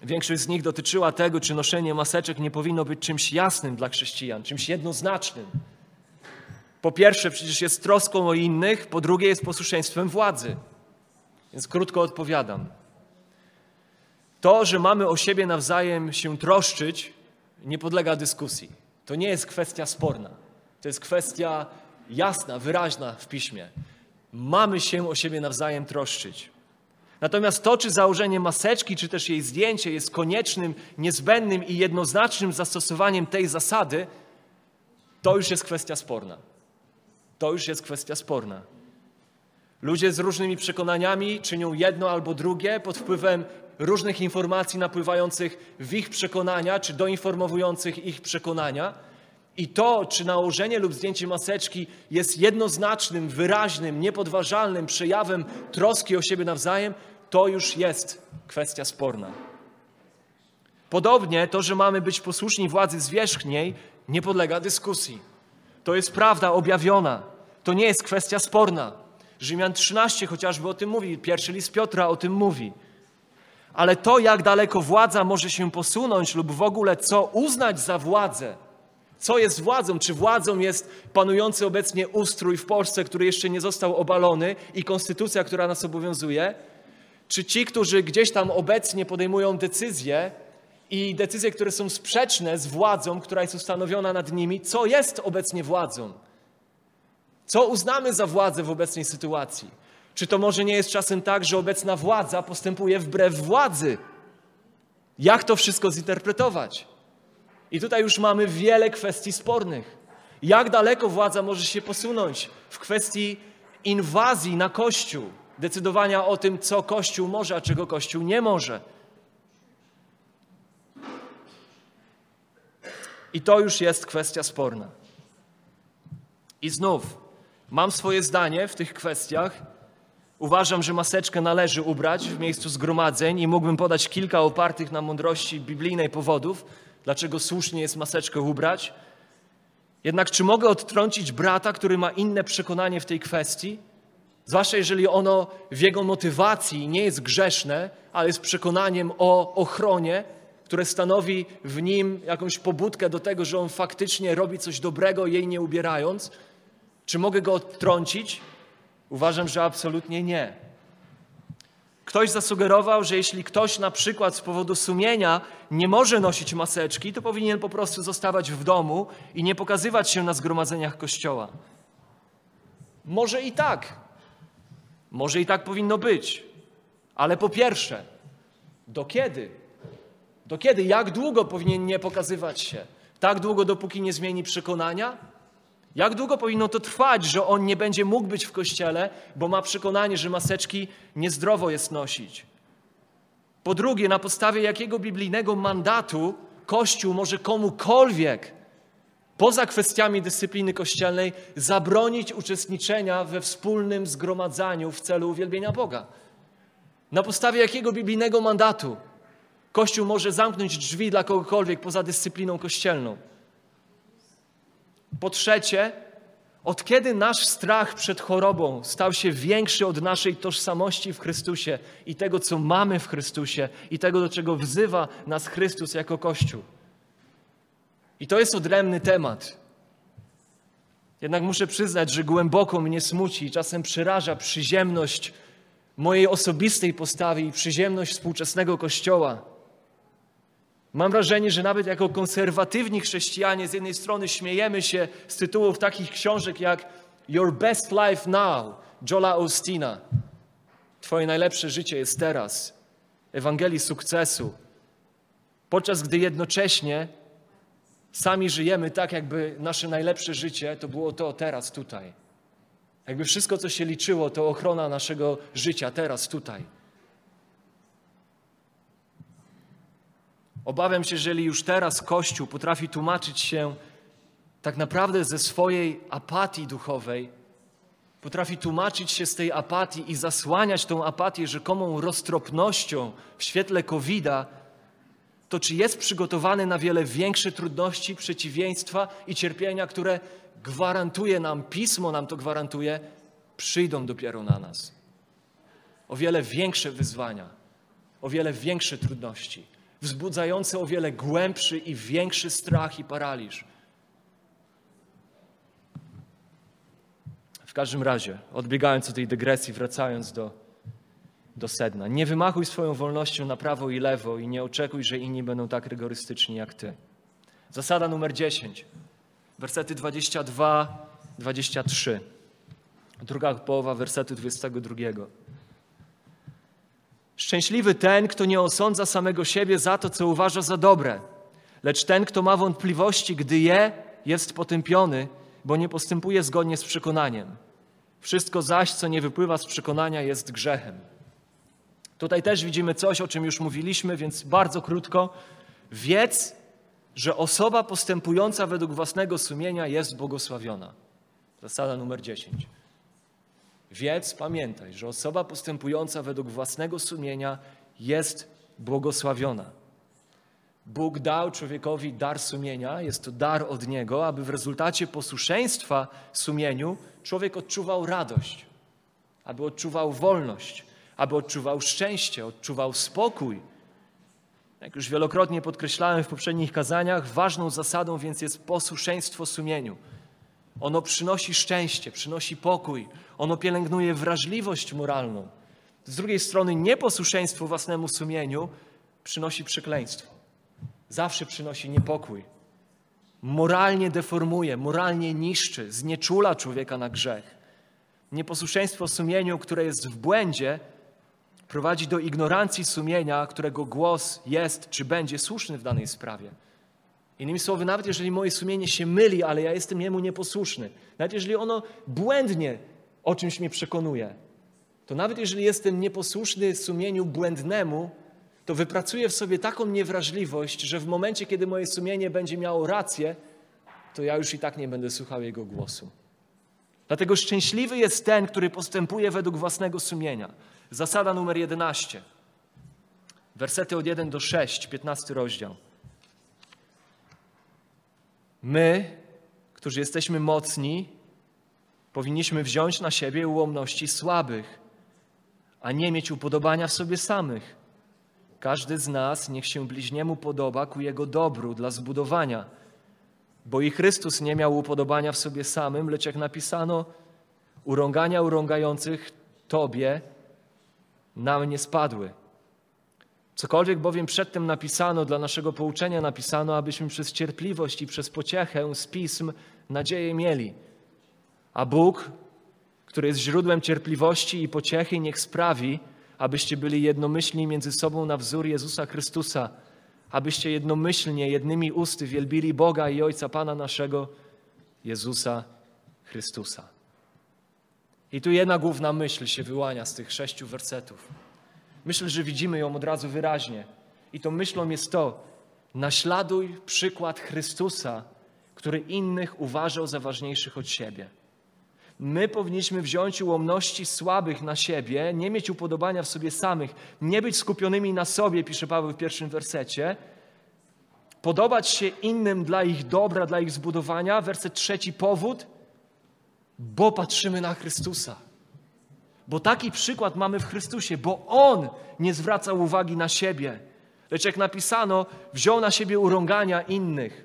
Większość z nich dotyczyła tego, czy noszenie maseczek nie powinno być czymś jasnym dla chrześcijan, czymś jednoznacznym. Po pierwsze, przecież jest troską o innych, po drugie jest posłuszeństwem władzy. Więc krótko odpowiadam. To, że mamy o siebie nawzajem się troszczyć, nie podlega dyskusji. To nie jest kwestia sporna. To jest kwestia jasna, wyraźna w Piśmie. Mamy się o siebie nawzajem troszczyć. Natomiast to, czy założenie maseczki, czy też jej zdjęcie jest koniecznym, niezbędnym i jednoznacznym zastosowaniem tej zasady, to już jest kwestia sporna. To już jest kwestia sporna. Ludzie z różnymi przekonaniami czynią jedno albo drugie pod wpływem różnych informacji napływających w ich przekonania, czy doinformowujących ich przekonania. I to, czy nałożenie lub zdjęcie maseczki jest jednoznacznym, wyraźnym, niepodważalnym przejawem troski o siebie nawzajem, to już jest kwestia sporna. Podobnie to, że mamy być posłuszni władzy zwierzchniej, nie podlega dyskusji. To jest prawda objawiona. To nie jest kwestia sporna. Rzymian 13 chociażby o tym mówi, pierwszy list Piotra o tym mówi. Ale to, jak daleko władza może się posunąć lub w ogóle co uznać za władzę, co jest władzą, czy władzą jest panujący obecnie ustrój w Polsce, który jeszcze nie został obalony i konstytucja, która nas obowiązuje, czy ci, którzy gdzieś tam obecnie podejmują decyzje i decyzje, które są sprzeczne z władzą, która jest ustanowiona nad nimi, co jest obecnie władzą? Co uznamy za władzę w obecnej sytuacji? Czy to może nie jest czasem tak, że obecna władza postępuje wbrew władzy? Jak to wszystko zinterpretować? I tutaj już mamy wiele kwestii spornych. Jak daleko władza może się posunąć w kwestii inwazji na Kościół, decydowania o tym, co Kościół może, a czego Kościół nie może. I to już jest kwestia sporna. I znów, mam swoje zdanie w tych kwestiach. Uważam, że maseczkę należy ubrać w miejscu zgromadzeń i mógłbym podać kilka opartych na mądrości biblijnej powodów, dlaczego słusznie jest maseczkę ubrać. Jednak czy mogę odtrącić brata, który ma inne przekonanie w tej kwestii? Zwłaszcza jeżeli ono w jego motywacji nie jest grzeszne, ale jest przekonaniem o ochronie, które stanowi w nim jakąś pobudkę do tego, że on faktycznie robi coś dobrego, jej nie ubierając. Czy mogę go odtrącić? Uważam, że absolutnie nie. Ktoś zasugerował, że jeśli ktoś na przykład z powodu sumienia nie może nosić maseczki, to powinien po prostu zostawać w domu i nie pokazywać się na zgromadzeniach Kościoła. Może i tak. Może i tak powinno być. Ale po pierwsze, do kiedy? Do kiedy? Jak długo powinien nie pokazywać się? Tak długo, dopóki nie zmieni przekonania? Jak długo powinno to trwać, że on nie będzie mógł być w Kościele, bo ma przekonanie, że maseczki niezdrowo jest nosić? Po drugie, na podstawie jakiego biblijnego mandatu Kościół może komukolwiek, poza kwestiami dyscypliny kościelnej, zabronić uczestniczenia we wspólnym zgromadzaniu w celu uwielbienia Boga? Na podstawie jakiego biblijnego mandatu Kościół może zamknąć drzwi dla kogokolwiek poza dyscypliną kościelną? Po trzecie, od kiedy nasz strach przed chorobą stał się większy od naszej tożsamości w Chrystusie i tego, co mamy w Chrystusie i tego, do czego wzywa nas Chrystus jako Kościół? I to jest odrębny temat. Jednak muszę przyznać, że głęboko mnie smuci i czasem przeraża przyziemność mojej osobistej postawy i przyziemność współczesnego Kościoła. Mam wrażenie, że nawet jako konserwatywni chrześcijanie z jednej strony śmiejemy się z tytułów takich książek jak Your Best Life Now, Joela Ostina. Twoje najlepsze życie jest teraz. Ewangelii sukcesu. Podczas gdy jednocześnie sami żyjemy tak, jakby nasze najlepsze życie to było to teraz, tutaj. Jakby wszystko, co się liczyło, to ochrona naszego życia teraz, tutaj. Obawiam się, że jeżeli już teraz Kościół potrafi tłumaczyć się tak naprawdę ze swojej apatii duchowej, potrafi tłumaczyć się z tej apatii i zasłaniać tą apatię rzekomą roztropnością w świetle COVID-a, to czy jest przygotowany na wiele większe trudności, przeciwieństwa i cierpienia, które gwarantuje nam, Pismo nam to gwarantuje, przyjdą dopiero na nas. O wiele większe wyzwania, o wiele większe trudności. wzbudzające o wiele głębszy i większy strach i paraliż. W każdym razie, odbiegając od tej dygresji, wracając do sedna. Nie wymachuj swoją wolnością na prawo i lewo i nie oczekuj, że inni będą tak rygorystyczni jak ty. Zasada numer 10, wersety 22-23. Druga połowa wersetu 22. Szczęśliwy ten, kto nie osądza samego siebie za to, co uważa za dobre, lecz ten, kto ma wątpliwości, gdy je, jest potępiony, bo nie postępuje zgodnie z przekonaniem. Wszystko zaś, co nie wypływa z przekonania, jest grzechem. Tutaj też widzimy coś, o czym już mówiliśmy, więc bardzo krótko. Wiedz, że osoba postępująca według własnego sumienia jest błogosławiona. Zasada numer 10. Wiedz, pamiętaj, że osoba postępująca według własnego sumienia jest błogosławiona. Bóg dał człowiekowi dar sumienia, jest to dar od Niego, aby w rezultacie posłuszeństwa sumieniu człowiek odczuwał radość, aby odczuwał wolność, aby odczuwał szczęście, odczuwał spokój. Jak już wielokrotnie podkreślałem w poprzednich kazaniach, ważną zasadą więc jest posłuszeństwo sumieniu. Ono przynosi szczęście, przynosi pokój, ono pielęgnuje wrażliwość moralną. Z drugiej strony nieposłuszeństwo własnemu sumieniu przynosi przekleństwo. Zawsze przynosi niepokój. Moralnie deformuje, moralnie niszczy, znieczula człowieka na grzech. Nieposłuszeństwo sumieniu, które jest w błędzie, prowadzi do ignorancji sumienia, którego głos jest czy będzie słuszny w danej sprawie. Innymi słowy, nawet jeżeli moje sumienie się myli, ale ja jestem jemu nieposłuszny, nawet jeżeli ono błędnie o czymś mnie przekonuje, to nawet jeżeli jestem nieposłuszny sumieniu błędnemu, to wypracuję w sobie taką niewrażliwość, że w momencie, kiedy moje sumienie będzie miało rację, to ja już i tak nie będę słuchał jego głosu. Dlatego szczęśliwy jest ten, który postępuje według własnego sumienia. Zasada numer 11. Wersety od 1 do 6, 15 rozdział. My, którzy jesteśmy mocni, powinniśmy wziąć na siebie ułomności słabych, a nie mieć upodobania w sobie samych. Każdy z nas niech się bliźniemu podoba ku jego dobru dla zbudowania. Bo i Chrystus nie miał upodobania w sobie samym, lecz jak napisano, urągania urągających Tobie na mnie spadły. Cokolwiek bowiem przedtem napisano, dla naszego pouczenia napisano, abyśmy przez cierpliwość i przez pociechę z Pism nadzieję mieli. A Bóg, który jest źródłem cierpliwości i pociechy, niech sprawi, abyście byli jednomyślni między sobą na wzór Jezusa Chrystusa, abyście jednomyślnie, jednymi usty wielbili Boga i Ojca Pana naszego, Jezusa Chrystusa. I tu jedna główna myśl się wyłania z tych 6 wersetów. Myślę, że widzimy ją od razu wyraźnie. I tą myślą jest to: naśladuj przykład Chrystusa, który innych uważał za ważniejszych od siebie. My powinniśmy wziąć ułomności słabych na siebie, nie mieć upodobania w sobie samych, nie być skupionymi na sobie, pisze Paweł w 1 wersecie, podobać się innym dla ich dobra, dla ich zbudowania. Werset 3, powód, bo patrzymy na Chrystusa. Bo taki przykład mamy w Chrystusie, bo On nie zwracał uwagi na siebie, lecz jak napisano, wziął na siebie urągania innych.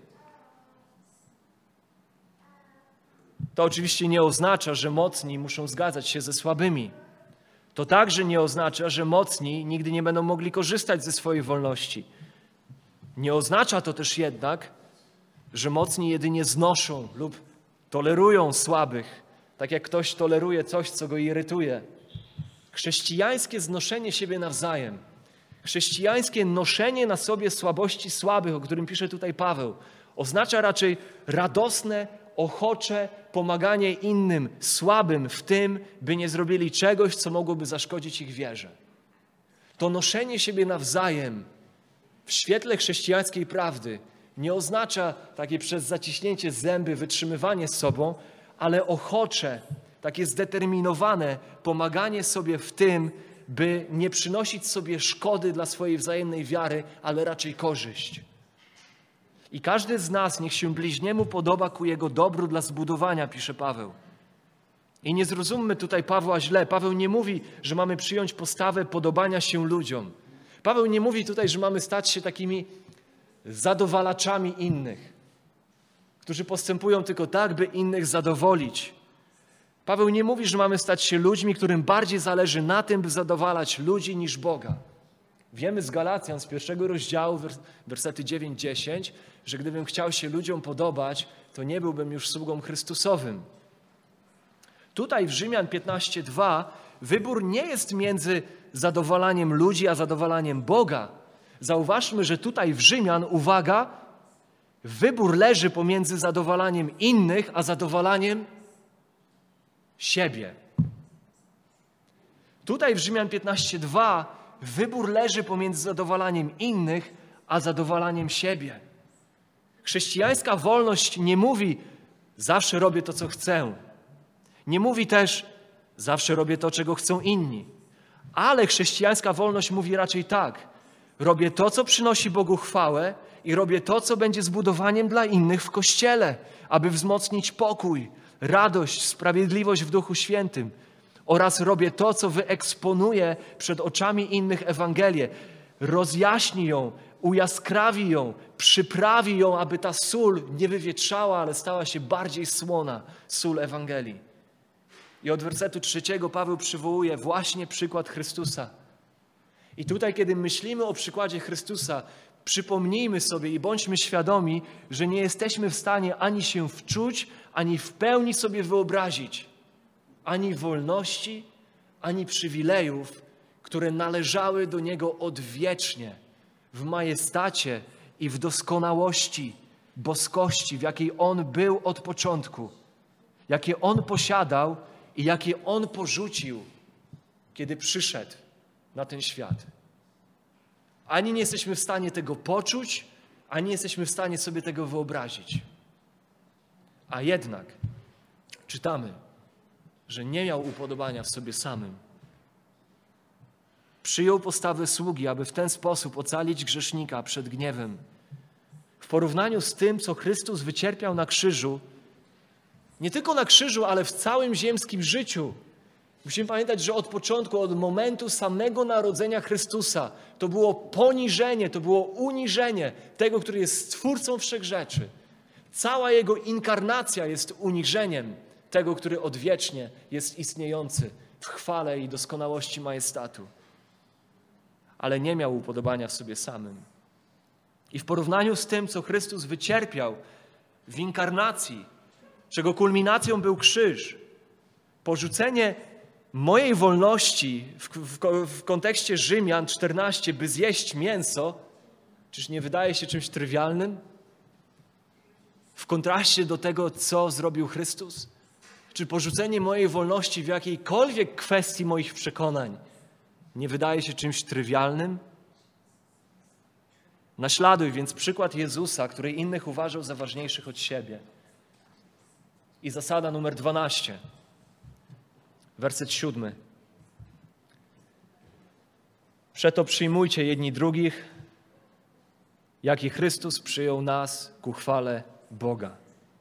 To oczywiście nie oznacza, że mocni muszą zgadzać się ze słabymi. To także nie oznacza, że mocni nigdy nie będą mogli korzystać ze swojej wolności. Nie oznacza to też jednak, że mocni jedynie znoszą lub tolerują słabych, tak jak ktoś toleruje coś, co go irytuje. Chrześcijańskie znoszenie siebie nawzajem, chrześcijańskie noszenie na sobie słabości słabych, o którym pisze tutaj Paweł, oznacza raczej radosne, ochocze pomaganie innym, słabym w tym, by nie zrobili czegoś, co mogłoby zaszkodzić ich wierze. To noszenie siebie nawzajem w świetle chrześcijańskiej prawdy nie oznacza takie przez zaciśnięcie zęby wytrzymywanie z sobą, ale ochocze, takie zdeterminowane pomaganie sobie w tym, by nie przynosić sobie szkody dla swojej wzajemnej wiary, ale raczej korzyść. I każdy z nas niech się bliźniemu podoba ku jego dobru dla zbudowania, pisze Paweł. I nie zrozummy tutaj Pawła źle. Paweł nie mówi, że mamy przyjąć postawę podobania się ludziom. Paweł nie mówi tutaj, że mamy stać się takimi zadowalaczami innych, którzy postępują tylko tak, by innych zadowolić. Paweł nie mówi, że mamy stać się ludźmi, którym bardziej zależy na tym, by zadowalać ludzi niż Boga. Wiemy z Galacjan, z 1 rozdziału, wersety 9-10, że gdybym chciał się ludziom podobać, to nie byłbym już sługą Chrystusowym. Tutaj w Rzymian 15:2 wybór nie jest między zadowalaniem ludzi, a zadowalaniem Boga. Zauważmy, że tutaj w Rzymian, uwaga, wybór leży pomiędzy zadowalaniem innych, a zadowalaniem siebie. Tutaj w Rzymian 15:2 wybór leży pomiędzy zadowalaniem innych, a zadowalaniem siebie. Chrześcijańska wolność nie mówi zawsze robię to, co chcę. Nie mówi też zawsze robię to, czego chcą inni. Ale chrześcijańska wolność mówi raczej tak. Robię to, co przynosi Bogu chwałę i robię to, co będzie zbudowaniem dla innych w Kościele, aby wzmocnić pokój, radość, sprawiedliwość w Duchu Świętym. Oraz robię to, co wyeksponuje przed oczami innych Ewangelię. Rozjaśni ją, ujaskrawi ją, przyprawi ją, aby ta sól nie wywietrzała, ale stała się bardziej słona, sól Ewangelii. I od wersetu 3 Paweł przywołuje właśnie przykład Chrystusa. I tutaj, kiedy myślimy o przykładzie Chrystusa, przypomnijmy sobie i bądźmy świadomi, że nie jesteśmy w stanie ani się wczuć, ani w pełni sobie wyobrazić ani wolności, ani przywilejów, które należały do Niego odwiecznie, w majestacie i w doskonałości, boskości, w jakiej On był od początku, jakie On posiadał i jakie On porzucił, kiedy przyszedł na ten świat. Ani nie jesteśmy w stanie tego poczuć, ani nie jesteśmy w stanie sobie tego wyobrazić. A jednak czytamy, że nie miał upodobania w sobie samym. Przyjął postawę sługi, aby w ten sposób ocalić grzesznika przed gniewem. W porównaniu z tym, co Chrystus wycierpiał na krzyżu, nie tylko na krzyżu, ale w całym ziemskim życiu, musimy pamiętać, że od początku, od momentu samego narodzenia Chrystusa, to było poniżenie, to było uniżenie tego, który jest Stwórcą wszechrzeczy. Cała Jego inkarnacja jest uniżeniem tego, który odwiecznie jest istniejący w chwale i doskonałości majestatu. Ale nie miał upodobania w sobie samym. I w porównaniu z tym, co Chrystus wycierpiał w inkarnacji, czego kulminacją był krzyż, porzucenie mojej wolności w kontekście Rzymian 14, by zjeść mięso, czyż nie wydaje się czymś trywialnym? W kontraście do tego, co zrobił Chrystus? Czy porzucenie mojej wolności w jakiejkolwiek kwestii moich przekonań nie wydaje się czymś trywialnym? Naśladuj więc przykład Jezusa, który innych uważał za ważniejszych od siebie. I zasada numer 12, werset 7. Przeto przyjmujcie jedni drugich, jak i Chrystus przyjął nas ku chwale Boga.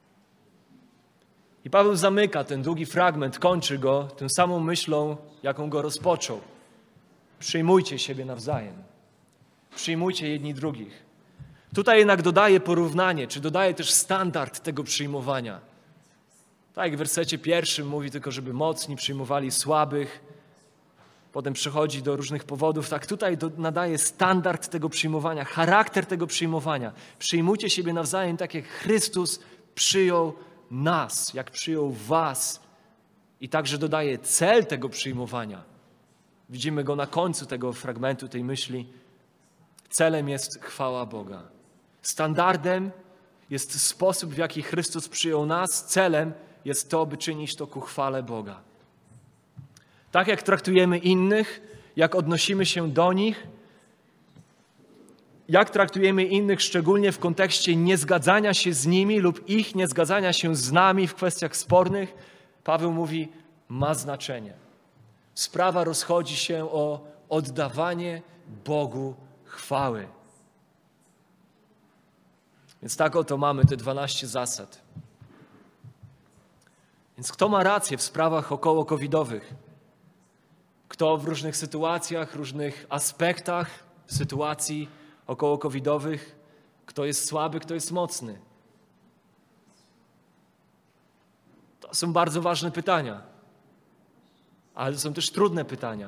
I Paweł zamyka ten długi fragment, kończy go tą samą myślą, jaką go rozpoczął. Przyjmujcie siebie nawzajem. Przyjmujcie jedni drugich. Tutaj jednak dodaje porównanie, czy dodaje też standard tego przyjmowania. Tak jak w wersecie 1 mówi tylko, żeby mocni przyjmowali słabych. Potem przechodzi do różnych powodów. Tak tutaj nadaje standard tego przyjmowania, charakter tego przyjmowania. Przyjmujcie siebie nawzajem tak, jak Chrystus przyjął nas, jak przyjął was. I także dodaje cel tego przyjmowania. Widzimy go na końcu tego fragmentu, tej myśli. Celem jest chwała Boga. Standardem jest sposób, w jaki Chrystus przyjął nas. Celem jest to, by czynić to ku chwale Boga. Tak jak traktujemy innych, jak odnosimy się do nich, jak traktujemy innych, szczególnie w kontekście niezgadzania się z nimi lub ich niezgadzania się z nami w kwestiach spornych, Paweł mówi, ma znaczenie. Sprawa rozchodzi się o oddawanie Bogu chwały. Więc tak oto mamy te 12 zasad. Więc kto ma rację w sprawach około-covidowych? Kto w różnych sytuacjach, różnych aspektach sytuacji około covidowych, kto jest słaby, kto jest mocny. To są bardzo ważne pytania, ale to są też trudne pytania.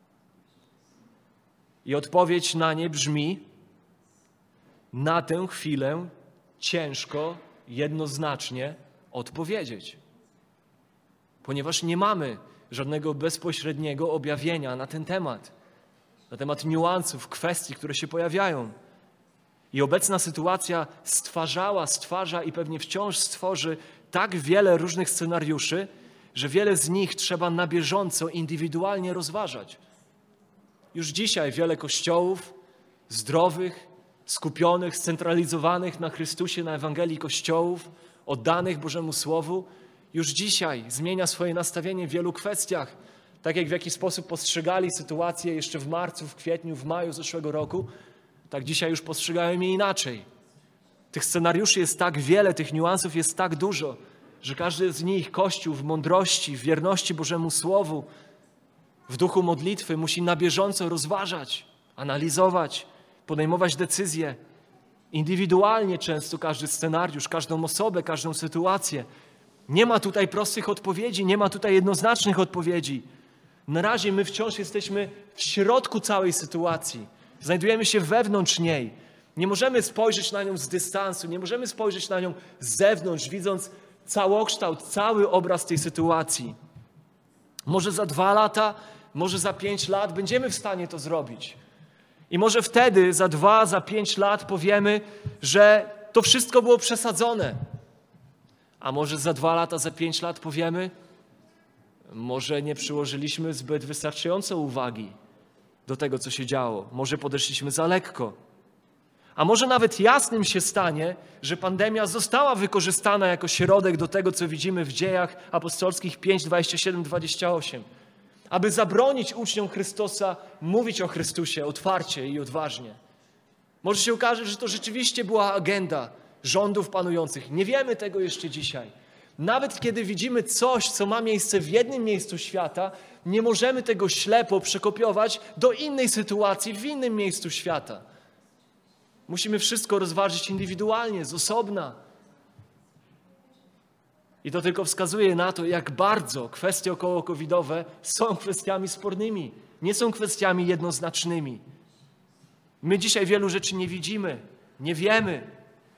I odpowiedź na nie brzmi: na tę chwilę ciężko jednoznacznie odpowiedzieć, ponieważ nie mamy żadnego bezpośredniego objawienia na ten temat niuansów, kwestii, które się pojawiają. I obecna sytuacja stwarza i pewnie wciąż stworzy tak wiele różnych scenariuszy, że wiele z nich trzeba na bieżąco, indywidualnie rozważać. Już dzisiaj wiele kościołów zdrowych, skupionych, scentralizowanych na Chrystusie, na Ewangelii kościołów, oddanych Bożemu Słowu, już dzisiaj zmienia swoje nastawienie w wielu kwestiach. Tak jak w jaki sposób postrzegali sytuację jeszcze w marcu, w kwietniu, w maju zeszłego roku, tak dzisiaj już postrzegają je inaczej. Tych scenariuszy jest tak wiele, tych niuansów jest tak dużo, że każdy z nich Kościół w mądrości, w wierności Bożemu Słowu, w duchu modlitwy musi na bieżąco rozważać, analizować, podejmować decyzje. Indywidualnie często każdy scenariusz, każdą osobę, każdą sytuację. Nie ma tutaj prostych odpowiedzi, nie ma tutaj jednoznacznych odpowiedzi. Na razie my wciąż jesteśmy w środku całej sytuacji. Znajdujemy się wewnątrz niej. Nie możemy spojrzeć na nią z dystansu, nie możemy spojrzeć na nią z zewnątrz, widząc całokształt, cały obraz tej sytuacji. Może za 2 lata, może za 5 lat będziemy w stanie to zrobić. I może wtedy, za 2, za 5 lat powiemy, że to wszystko było przesadzone. A może za 2 lata, za 5 lat powiemy, może nie przyłożyliśmy zbyt wystarczająco uwagi do tego, co się działo. Może podeszliśmy za lekko. A może nawet jasnym się stanie, że pandemia została wykorzystana jako środek do tego, co widzimy w Dziejach Apostolskich 5, 27, 28. Aby zabronić uczniom Chrystusa mówić o Chrystusie otwarcie i odważnie. Może się okaże, że to rzeczywiście była agenda rządów panujących. Nie wiemy tego jeszcze dzisiaj. Nawet kiedy widzimy coś, co ma miejsce w jednym miejscu świata, nie możemy tego ślepo przekopiować do innej sytuacji w innym miejscu świata. Musimy wszystko rozważyć indywidualnie, z osobna. I to tylko wskazuje na to, jak bardzo kwestie około-covidowe są kwestiami spornymi, nie są kwestiami jednoznacznymi. My dzisiaj wielu rzeczy nie widzimy, nie wiemy.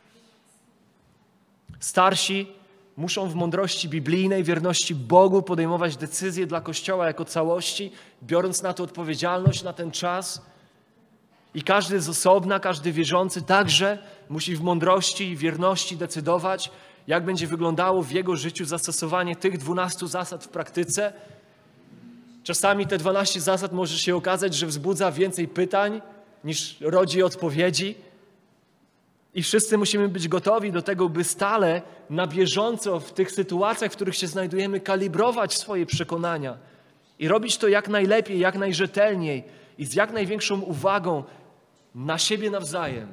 Starsi muszą w mądrości biblijnej, wierności Bogu podejmować decyzje dla Kościoła jako całości, biorąc na to odpowiedzialność na ten czas. I każdy z osobna, każdy wierzący także musi w mądrości i wierności decydować, jak będzie wyglądało w jego życiu zastosowanie tych 12 zasad w praktyce. Czasami te 12 zasad może się okazać, że wzbudza więcej pytań niż rodzi odpowiedzi. I wszyscy musimy być gotowi do tego, by stale na bieżąco w tych sytuacjach, w których się znajdujemy, kalibrować swoje przekonania i robić to jak najlepiej, jak najrzetelniej i z jak największą uwagą na siebie nawzajem.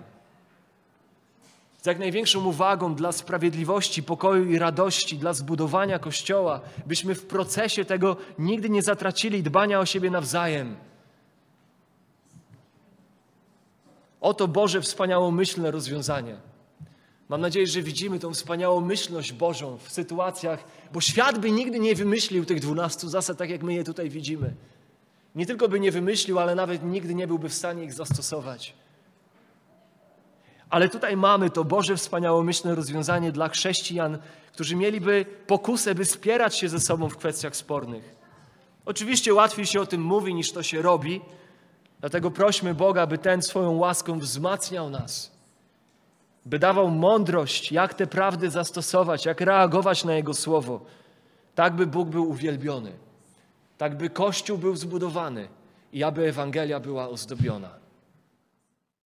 Z jak największą uwagą dla sprawiedliwości, pokoju i radości, dla zbudowania Kościoła, byśmy w procesie tego nigdy nie zatracili dbania o siebie nawzajem. Oto Boże wspaniałomyślne rozwiązanie. Mam nadzieję, że widzimy tą wspaniałomyślność Bożą w sytuacjach, bo świat by nigdy nie wymyślił tych 12 zasad, tak jak my je tutaj widzimy. Nie tylko by nie wymyślił, ale nawet nigdy nie byłby w stanie ich zastosować. Ale tutaj mamy to Boże wspaniałomyślne rozwiązanie dla chrześcijan, którzy mieliby pokusę, by spierać się ze sobą w kwestiach spornych. Oczywiście łatwiej się o tym mówi, niż to się robi, dlatego prośmy Boga, by ten swoją łaską wzmacniał nas, by dawał mądrość, jak te prawdy zastosować, jak reagować na Jego Słowo, tak by Bóg był uwielbiony, tak by Kościół był zbudowany i aby Ewangelia była ozdobiona.